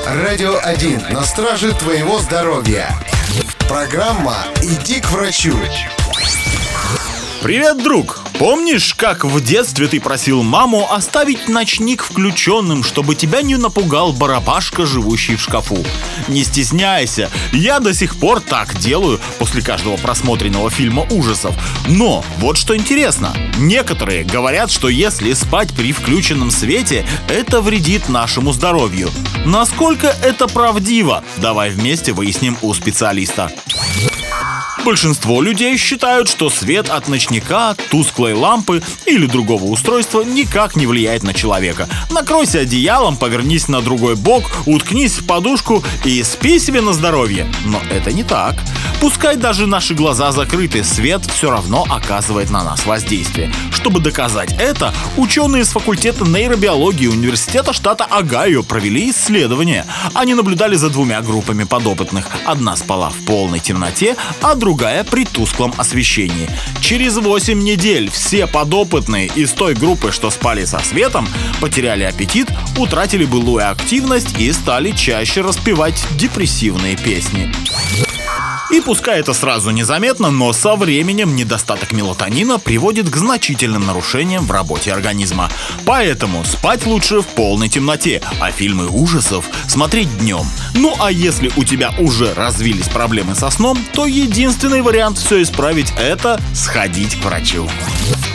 Радио 1 на страже твоего здоровья. Программа «Иди к врачу». Привет, друг! Помнишь, как в детстве ты просил маму оставить ночник включенным, чтобы тебя не напугал барабашка, живущий в шкафу? Не стесняйся, я до сих пор так делаю после каждого просмотренного фильма ужасов. Но вот что интересно, некоторые говорят, что если спать при включенном свете, это вредит нашему здоровью. Насколько это правдиво? Давай вместе выясним у специалиста. Большинство людей считают, что свет от ночника, тусклой лампы или другого устройства никак не влияет на человека. Накройся одеялом, повернись на другой бок, уткнись в подушку и спи себе на здоровье. Но это не так. Пускай даже наши глаза закрыты, свет все равно оказывает на нас воздействие. Чтобы доказать это, ученые с факультета нейробиологии Университета штата Огайо провели исследование. Они наблюдали за двумя группами подопытных. Одна спала в полной темноте, а другая при тусклом освещении. Через 8 недель все подопытные из той группы, что спали со светом, потеряли аппетит, утратили былую активность и стали чаще распевать депрессивные песни. И пускай это сразу незаметно, но со временем недостаток мелатонина приводит к значительным нарушениям в работе организма. Поэтому спать лучше в полной темноте, а фильмы ужасов смотреть днем. Ну а если у тебя уже развились проблемы со сном, то единственный вариант все исправить — это сходить к врачу.